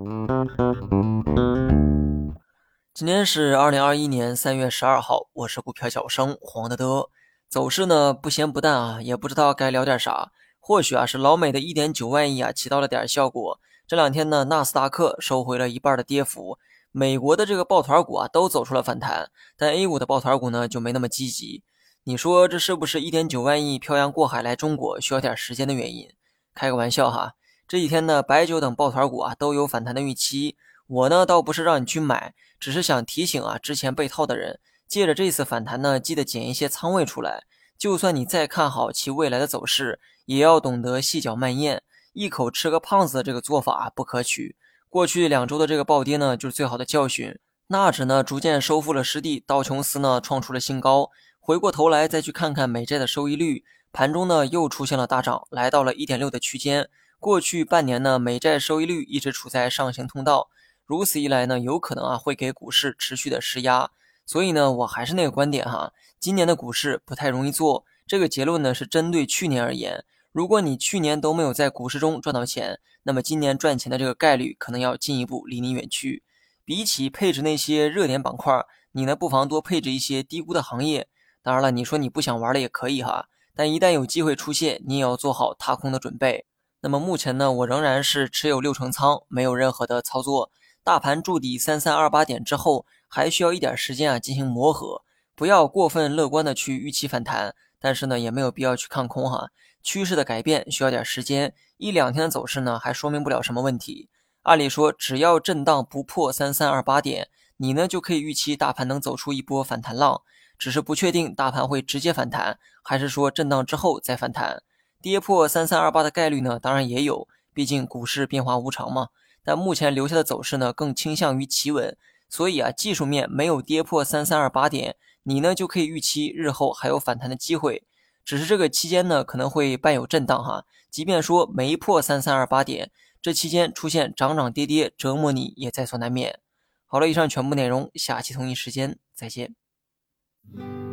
今天是2021年3月12号，我是股票小生黄德德。走势呢不咸不淡啊，也不知道该聊点啥。或许是老美的1.9万亿起到了点效果。这两天呢，纳斯达克收回了一半的跌幅，美国的这个抱团股都走出了反弹，但 A 股的抱团股呢就没那么积极。你说这是不是1.9万亿漂洋过海来中国需要点时间的原因？开个玩笑哈，这几天呢，白酒等抱团股都有反弹的预期。我呢倒不是让你去买，只是想提醒之前被套的人，借着这次反弹呢，记得减一些仓位出来。就算你再看好其未来的走势，也要懂得细嚼慢咽，一口吃个胖子的这个做法不可取。过去2周的这个暴跌呢，就是最好的教训。纳指呢逐渐收复了失地，道琼斯呢创出了新高。回过头来再去看看美债的收益率，盘中呢又出现了大涨，来到了1.6的区间。过去半年呢，美债收益率一直处在上行通道。如此一来呢，有可能会给股市持续的施压，所以呢，我还是那个观点哈，今年的股市不太容易做。这个结论呢是针对去年而言，如果你去年都没有在股市中赚到钱，那么今年赚钱的这个概率可能要进一步离你远去。比起配置那些热点板块，你呢不妨多配置一些低估的行业。当然了，你说你不想玩了也可以哈，但一旦有机会出现，你也要做好踏空的准备。那么目前呢，我仍然是持有60%仓，没有任何的操作。大盘筑底3328点之后，还需要一点时间进行磨合，不要过分乐观的去预期反弹，但是呢，也没有必要去看空哈。趋势的改变需要点时间，1-2天的走势呢，还说明不了什么问题。按理说，只要震荡不破3328点，你呢就可以预期大盘能走出一波反弹浪，只是不确定大盘会直接反弹，还是说震荡之后再反弹。跌破3328的概率呢，当然也有，毕竟股市变化无常嘛。但目前留下的走势呢，更倾向于企稳，所以技术面没有跌破3328点，你呢就可以预期日后还有反弹的机会，只是这个期间呢可能会伴有震荡哈。即便说没破3328点，这期间出现涨涨跌跌折磨你也在所难免。好了，以上全部内容，下期同一时间再见。